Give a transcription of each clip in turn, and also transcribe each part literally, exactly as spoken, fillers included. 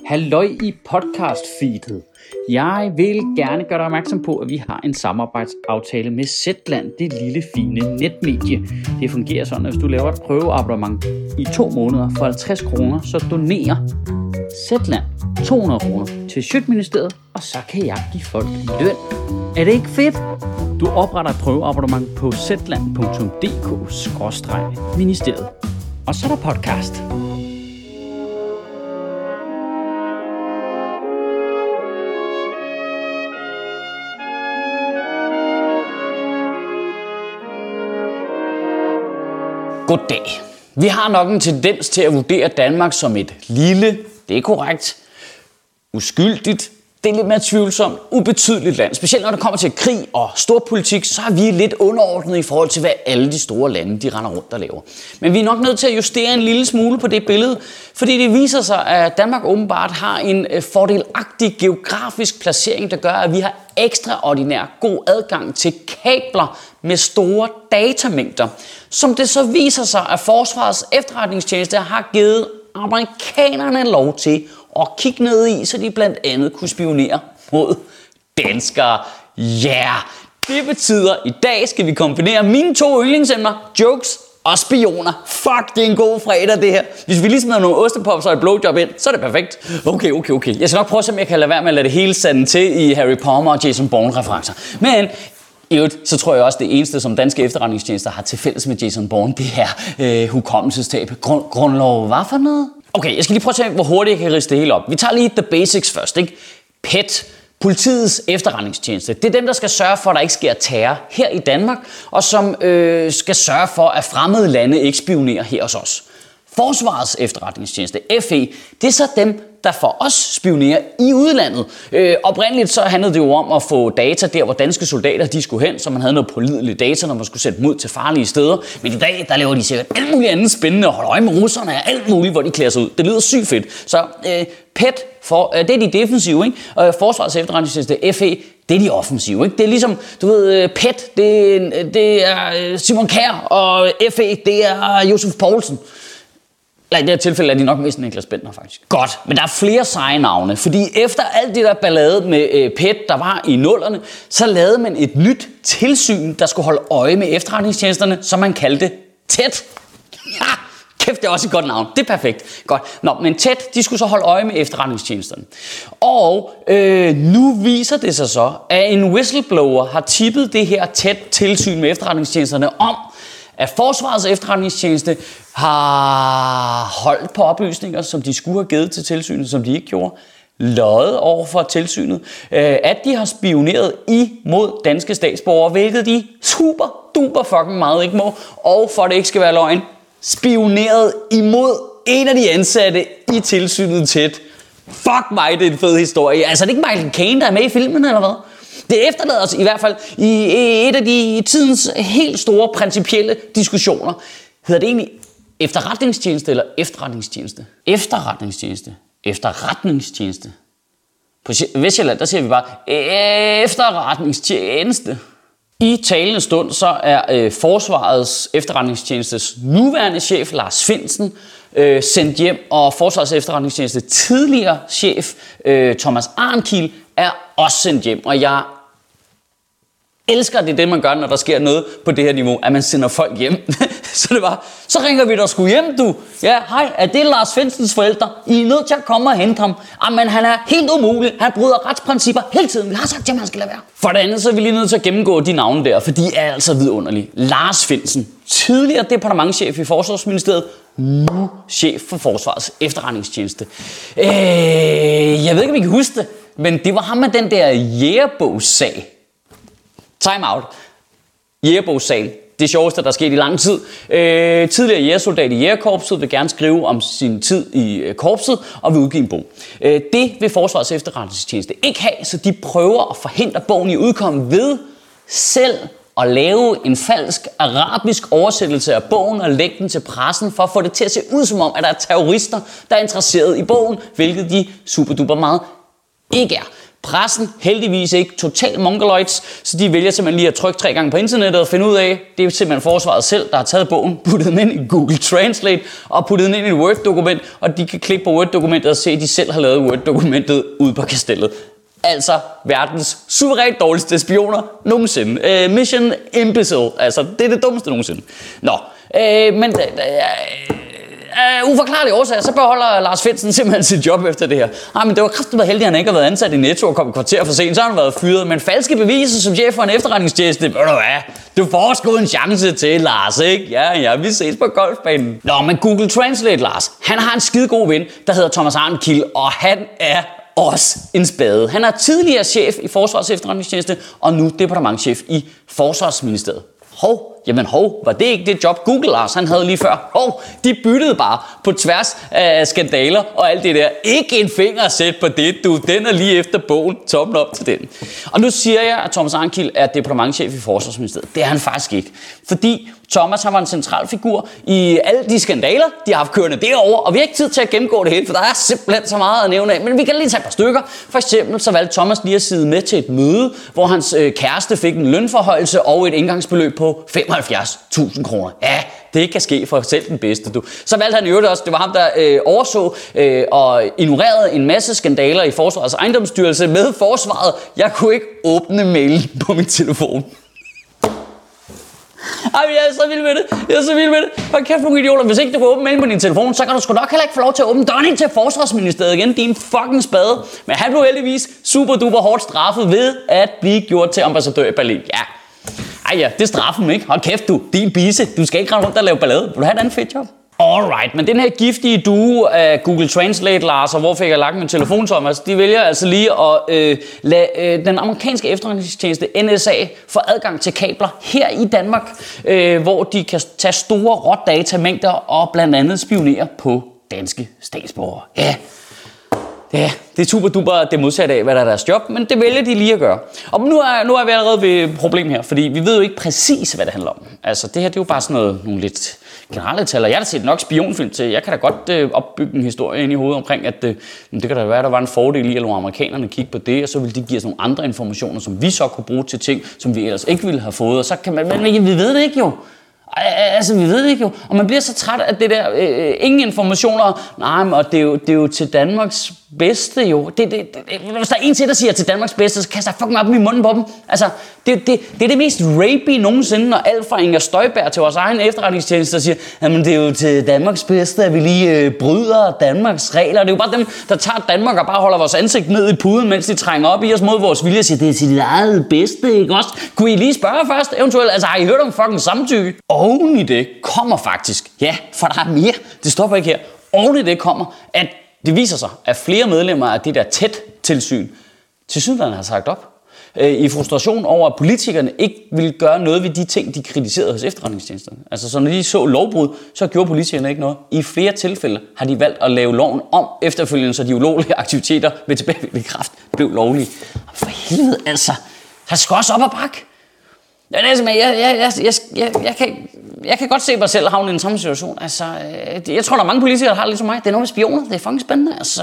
Halløj i podcast-feedet. Jeg vil gerne gøre dig opmærksom på, at vi har en samarbejdsaftale med Zetland, det lille fine netmedie. Det fungerer sådan, at hvis du laver et prøveabonnement i to måneder for halvtreds kroner, så donerer Zetland to hundrede kroner til Sjøtministeriet, og så kan jeg give folk løn. Er det ikke fedt? Du opretter et prøveabonnement på zetland punktum d k skråstreg ministeriet. Og så er der podcast. Goddag. Vi har nok en tendens til at vurdere Danmark som et lille, det er korrekt, uskyldigt, det er lidt mere tvivlsomt, ubetydeligt land. Specielt når det kommer til krig og storpolitik, så er vi lidt underordnet i forhold til, hvad alle de store lande, de render rundt og laver. Men vi er nok nødt til at justere en lille smule på det billede, fordi det viser sig, at Danmark åbenbart har en fordelagtig geografisk placering, der gør, at vi har ekstraordinær god adgang til kabler med store datamængder, som det så viser sig, at Forsvarets efterretningstjeneste har givet amerikanerne lov til at kigge ned i, så de blandt andet kunne spionere mod danskere. Ja, yeah. Det betyder, at i dag skal vi kombinere mine to yndlingsemner, jokes og spioner. Fuck, det er en god fredag det her. Hvis vi lige smider nogle ostepops og et blowjob ind, så er det perfekt. Okay, okay, okay. Jeg skal nok prøve at se, om jeg kan lade være med at lade det hele sande til i Harry Potter og Jason Bourne-referencer. Men i øvrigt, så tror jeg også, det eneste, som danske efterretningstjenester har til fælles med Jason Bourne, det er øh, hukommelsestab. Grund, grundlov, hvad for noget? Okay, jeg skal lige prøve at se, hvor hurtigt jeg kan riste det hele op. Vi tager lige the basics først, ikke? P E T, politiets efterretningstjeneste. Det er dem, der skal sørge for, at der ikke sker terror her i Danmark, og som øh, skal sørge for, at fremmede lande ikke spionerer her hos os. Forsvarets efterretningstjeneste, F E, det er så dem, der for os spionerer i udlandet. Øh, oprindeligt så handlede det jo om at få data der, hvor danske soldater de skulle hen, så man havde noget pålideligt data, når man skulle sætte dem ud til farlige steder. Men i dag, der laver de sikkert alt muligt andet spændende og holder øje med russerne og alt muligt, hvor de klæder sig ud. Det lyder sygt fedt. Så øh, P E T, for, øh, det er de defensive, ikke? Og Forsvarets efterretningstjeneste, F E, det er de offensive, ikke? Det er ligesom, du ved, P E T, det, det er Simon Kjær, og F E, det er Josef Poulsen. I det her tilfælde er de nok mest Niklas Bentner, faktisk. Godt, men der er flere seje navne, fordi efter alt det der ballade med øh, P E T, der var i nullerne, så lavede man et nyt tilsyn, der skulle holde øje med efterretningstjenesterne, som man kaldte T E T. Ja, kæft, det er også et godt navn. Det er perfekt. Godt. Nå, men T E T, de skulle så holde øje med efterretningstjenesterne. Og øh, nu viser det sig så, at en whistleblower har tippet det her T E T-tilsyn med efterretningstjenesterne om, at Forsvarets efterretningstjeneste har holdt på oplysninger, som de skulle have givet til tilsynet, som de ikke gjorde, løjet over for tilsynet, at de har spioneret imod danske statsborgere, hvilket de super duper fucking meget ikke må, og for det ikke skal være løgn, spioneret imod en af de ansatte i tilsynet T E T. Fuck mig, det er en fed historie. Altså, det er ikke Michael Caine, der er med i filmen, eller hvad? Det efterlader os i hvert fald i et af de tidens helt store principielle diskussioner. Hedder det egentlig efterretningstjeneste eller efterretningstjeneste? Efterretningstjeneste. Efterretningstjeneste. På Vestjylland, der siger vi bare efterretningstjeneste. I talende stund så er øh, Forsvarets efterretningstjenestes nuværende chef, Lars Findsen, øh, sendt hjem, og Forsvarets efterretningstjeneste tidligere chef, øh, Thomas Arnkiel, er også sendt hjem. Og jeg elsker det, det man gør, når der sker noget på det her niveau, at man sender folk hjem. Så det var, så ringer vi dig sgu hjem, du. Ja, hej, er det Lars Findsens forældre? I er nødt til at komme og hente ham. Jamen, han er helt umulig. Han bryder retsprincipper hele tiden. Vi har sagt til ham, han skal lade være. For det andet, så er vi lige nødt til at gennemgå de navne der, for de er altså vidunderlige. Lars Findsen, tidligere departementschef i Forsvarsministeriet, nu chef for Forsvarets efterretningstjeneste. Øh, jeg ved ikke, om I kan huske det, men det var ham med den der jægerbogs-sag. Time out. Jægerbogs-sagen. Det sjoveste, der er sket i lang tid. Øh, tidligere jægersoldat i jægerkorpset vil gerne skrive om sin tid i øh, korpset og vil udgive en bog. Øh, det vil Forsvarets efterretningstjeneste ikke have, så de prøver at forhindre bogen i udkomme ved selv at lave en falsk arabisk oversættelse af bogen og lægge den til pressen for at få det til at se ud som om, at der er terrorister, der er interesseret i bogen, hvilket de superduper meget ikke er. Pressen heldigvis ikke total mongoloids, så de vælger simpelthen lige at trykke tre gange på internettet og finde ud af, det er simpelthen forsvaret selv, der har taget bogen, puttet den ind i Google Translate og puttet den ind i et Word-dokument, og de kan klikke på Word-dokumentet og se, at de selv har lavet Word-dokumentet ude på kastellet. Altså verdens suverænt dårligste spioner nogensinde. Uh, mission imbecile. Altså, det er det dummeste nogensinde. Nå, uh, men... Uh, Uh, uforklarlige årsager, så beholder Lars Findsen simpelthen sit job efter det her. Ej, men det var kraftigt heldigt, at han ikke har været ansat i Netto og kom et kvarter for sent, så har han været fyret. Men falske beviser som chef for en efterretningstjeneste, ved du hvad, du får sgu en chance til, Lars, ikke? Ja, ja, vi ses på golfbanen. Nå, men Google Translate, Lars, han har en skide god ven, der hedder Thomas Arnkiel, og han er også en spade. Han er tidligere chef i Forsvarets efterretningstjeneste, og nu departementschef i Forsvarsministeriet. Hov, jamen hov, var det ikke det job Google Lars han havde lige før? Hov, de byttede bare på tværs af skandaler og alt det der. Ikke en finger sæt på det, du. Den er lige efter bogen. Tommel op til den. Og nu siger jeg, at Thomas Arnkiel er departementschef i Forsvarsministeriet. Det er han faktisk ikke. Fordi Thomas han var en central figur i alle de skandaler, de har haft kørende derovre, og vi har ikke tid til at gennemgå det hele, for der er simpelthen så meget at nævne af. Men vi kan lige tage et par stykker. For eksempel så valgte Thomas lige at sidde med til et møde, hvor hans øh, kæreste fik en lønforhøjelse og et indgangsbeløb på femoghalvfjerds tusind kroner. Ja, det kan ske for selv den bedste, du. Så valgte han i øvrigt også, det var ham, der øh, overså øh, og ignorerede en masse skandaler i Forsvarets ejendomsstyrelse med forsvaret. Jeg kunne ikke åbne mailen på min telefon. Ej, jeg er så vild med det. Jeg er så vild med det. Hold kæft, nogle idioter. Hvis ikke du kan åbne mailen på din telefon, så kan du sgu nok heller ikke få lov til at åbne døren ind til Forsvarsministeriet igen. Din fucking spade. Men han blev heldigvis super duper hårdt straffet ved at blive gjort til ambassadør i Berlin. Ja. Ej ja, det straffer mig ikke. Hold kæft du. Din bisse. Du skal ikke rende rundt og lave ballade. Vil du have et andet fedt job? Alright, men den her giftige duo af Google Translate, Lars, og hvor fik jeg lagt min telefon, Thomas, de vælger altså lige at øh, lade øh, den amerikanske efterretningstjeneste N S A få adgang til kabler her i Danmark, øh, hvor de kan tage store rådatamængder og blandt andet spionere på danske statsborgere. Ja. Ja, det er super duper det modsatte af, hvad der er deres job, men det vælger de lige at gøre. Og nu er, nu er vi allerede ved et problem her, fordi vi ved jo ikke præcis, hvad det handler om. Altså, det her det er jo bare sådan noget, nogle lidt generelle taler. Jeg har da set nok spionfilm til. Jeg kan da godt øh, opbygge en historie ind i hovedet omkring, at øh, det kan da være, at der var en fordel i, at nogle amerikanerne kigge på det, og så ville de give os nogle andre informationer, som vi så kunne bruge til ting, som vi ellers ikke ville have fået. Og så kan man, men vi ved det ikke jo. Altså, vi ved det ikke jo. Og man bliver så træt af det der, øh, ingen informationer. Nej, men og det, er jo, det er jo til Danmarks bedste jo. Det, det, det, hvis der er en til, der siger til Danmarks bedste, så kaster jeg fucking op i munden på dem. Altså, det, det, det er det mest rapey nogensinde, når alt fra Inger Støjberg til vores egen efterretningstjeneste, der siger, jamen det er jo til Danmarks bedste, at vi lige øh, bryder Danmarks regler. Det er jo bare dem, der tager Danmark og bare holder vores ansigt ned i puden, mens de trænger op i os mod vores vilje og siger, det er til dit eget bedste, ikke også? Kunne I lige spørge først, eventuelt? Altså, har I hørt om fucking samtykke? Oven i det kommer faktisk, ja, for der er mere, det stopper ikke her, oven i det kommer, at det viser sig, at flere medlemmer af det der tæt tilsyn til synligheden har sagt op. I frustration over, at politikerne ikke ville gøre noget ved de ting, de kritiserede hos efterretningstjenesterne. Altså, så når de så lovbrud, så gjorde politikerne ikke noget. I flere tilfælde har de valgt at lave loven om efterfølgende, så de ulovlige aktiviteter ved tilbagevirkende kraft blev lovlige. For helvede, altså. Der skal også op og bakke. Jeg, jeg, jeg, jeg, jeg, jeg, kan, jeg kan godt se mig selv havne i en samme situation. Altså, jeg tror, der er mange politikere, der har det ligesom mig. Det er noget med spioner. Det er fucking spændende. Altså,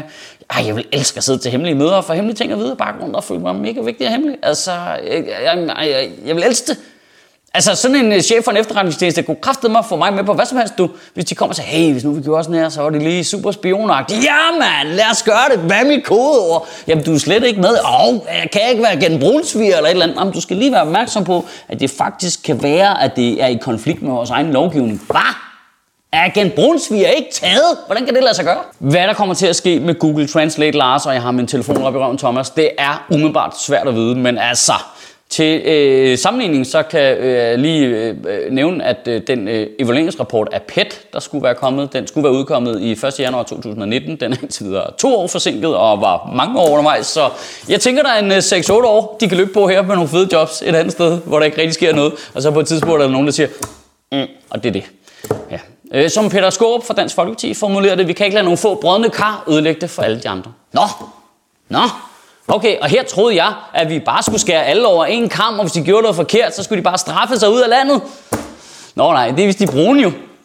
ej, jeg vil elske at sidde til hemmelige møder og få hemmelige ting at vide i baggrunden og føle mig mega vigtig og hemmelig. Altså, jeg, jeg, jeg, jeg vil elske det. Altså, sådan en chef for en efterretningstjeneste kunne kraftedeme mig få mig med på hvad som helst, du. Hvis de kommer og siger, hey, hvis nu vi gjorde sådan her, så var det lige super spionagtigt. Ja, mand, lad os gøre det. Hvad er mit kodeord? Jamen, du er slet ikke med. Åh, oh, jeg kan ikke være gennem brunsviger eller et eller andet. Jamen, du skal lige være opmærksom på, at det faktisk kan være, at det er i konflikt med vores egen lovgivning. Hvad? Er agent Brunsviger ikke taget? Hvordan kan det lade sig gøre? Hvad der kommer til at ske med Google Translate, Lars, og jeg har min telefon op i røven, Thomas, det er umiddelbart svært at vide, men altså... Til øh, sammenligning så kan jeg øh, lige øh, nævne, at øh, den øh, evalueringsrapport af P E T, der skulle være kommet, den skulle være udkommet i første januar to tusind nitten. Den er indtil videre to år forsinket og var mange år undervejs. Så jeg tænker, der er en øh, seks otte år, de kan løbe på her med nogle fede jobs et andet sted, hvor der ikke rigtig sker noget. Og så på et tidspunkt er der nogen, der siger, mm, og det er det. Ja. Øh, som Peter Skaarup fra Dansk Folkeparti formulerer det, vi kan ikke lade nogle få brodne kar ødelægge det for alle de andre. Nå, nå. Okay, og her troede jeg, at vi bare skulle skære alle over en kam, og hvis de gjorde noget forkert, så skulle de bare straffe sig ud af landet. Nå nej, det er vist de brune jo.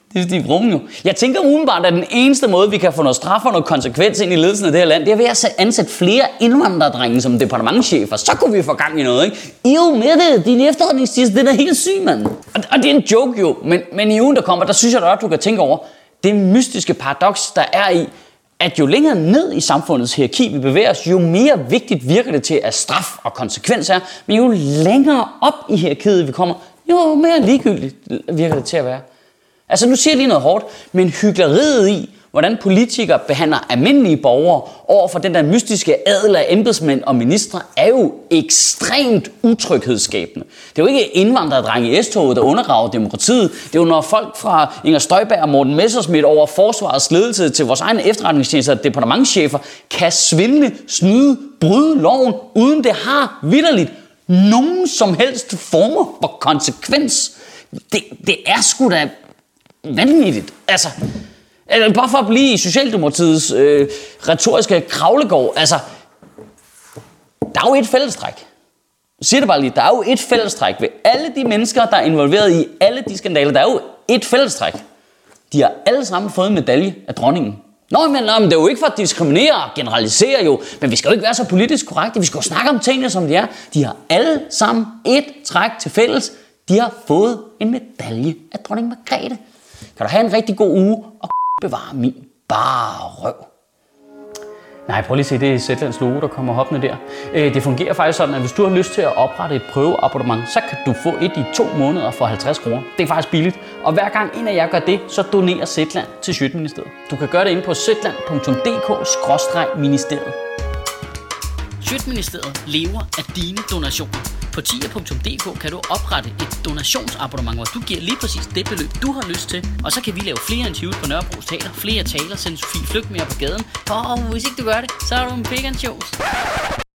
Det er Stig Brum jo. Jeg tænker umiddelbart, at den eneste måde, vi kan få noget straf og noget konsekvens ind i ledelsen af det her land, det er ved at ansætte flere indvandrerdrenge som departementschefer. Så kunne vi få gang i noget, ikke? Jo, med det. Din efterretningstjeneste, den er helt syg, mand. Og, og det er en joke jo. Men, men i ugen, der kommer, der synes jeg da godt, du kan tænke over det mystiske paradoks, der er i, at jo længere ned i samfundets hierarki vi bevæger os, jo mere vigtigt virker det til, at straf og konsekvens er. Men jo længere op i hierarkiet vi kommer, jo mere ligegyldigt virker det til at være. Altså nu siger jeg lige noget hårdt, men hykleriet i, hvordan politikere behandler almindelige borgere over for den der mystiske adel af embedsmænd og ministre, er jo ekstremt utryghedsskabende. Det er jo ikke indvandrerdrenge i S-toget, der undergraver demokratiet. Det er jo når folk fra Inger Støjberg og Morten Messerschmidt over forsvarets ledelse til vores egne efterretningstjenester og departementschefer kan svindle, snyde, bryde loven, uden det har vitterligt nogen som helst former for konsekvens. Det, det er sgu da vanvittigt. Altså, bare for at blive i Socialdemokratiets øh, retoriske kravlegård, altså, der er jo et fællestræk. Jeg siger det bare lige, der er jo et fællestræk ved alle de mennesker, der er involveret i alle de skandaler. Der er jo et fællestræk. De har alle sammen fået en medalje af dronningen. Nå, men, nå, men det er jo ikke for at diskriminere og generalisere jo, men vi skal jo ikke være så politisk korrekte. Vi skal jo snakke om tingene, som de er. De har alle sammen et træk til fælles. De har fået en medalje af dronning Margrethe. Kan du have en rigtig god uge og bevare min bare røv. Nej, prøv lige at se, det er Zetlands logo, der kommer hoppende der. Det fungerer faktisk sådan, at hvis du har lyst til at oprette et prøveabonnement, så kan du få et i to måneder for halvtreds kroner. Det er faktisk billigt. Og hver gang en af jer gør det, så donerer Zetland til Sjøtministeriet. Du kan gøre det inde på zetland punktum d k skråstreg ministeriet. Sjøtministeriet lever af dine donationer. På tier punktum d k kan du oprette et donationsabonnement, hvor du giver lige præcis det beløb, du har lyst til. Og så kan vi lave flere interviews på Nørrebro Teater, flere taler, sende Sofie Flygt mere på gaden. Og hvis ikke du gør det, så er du en pig and shows.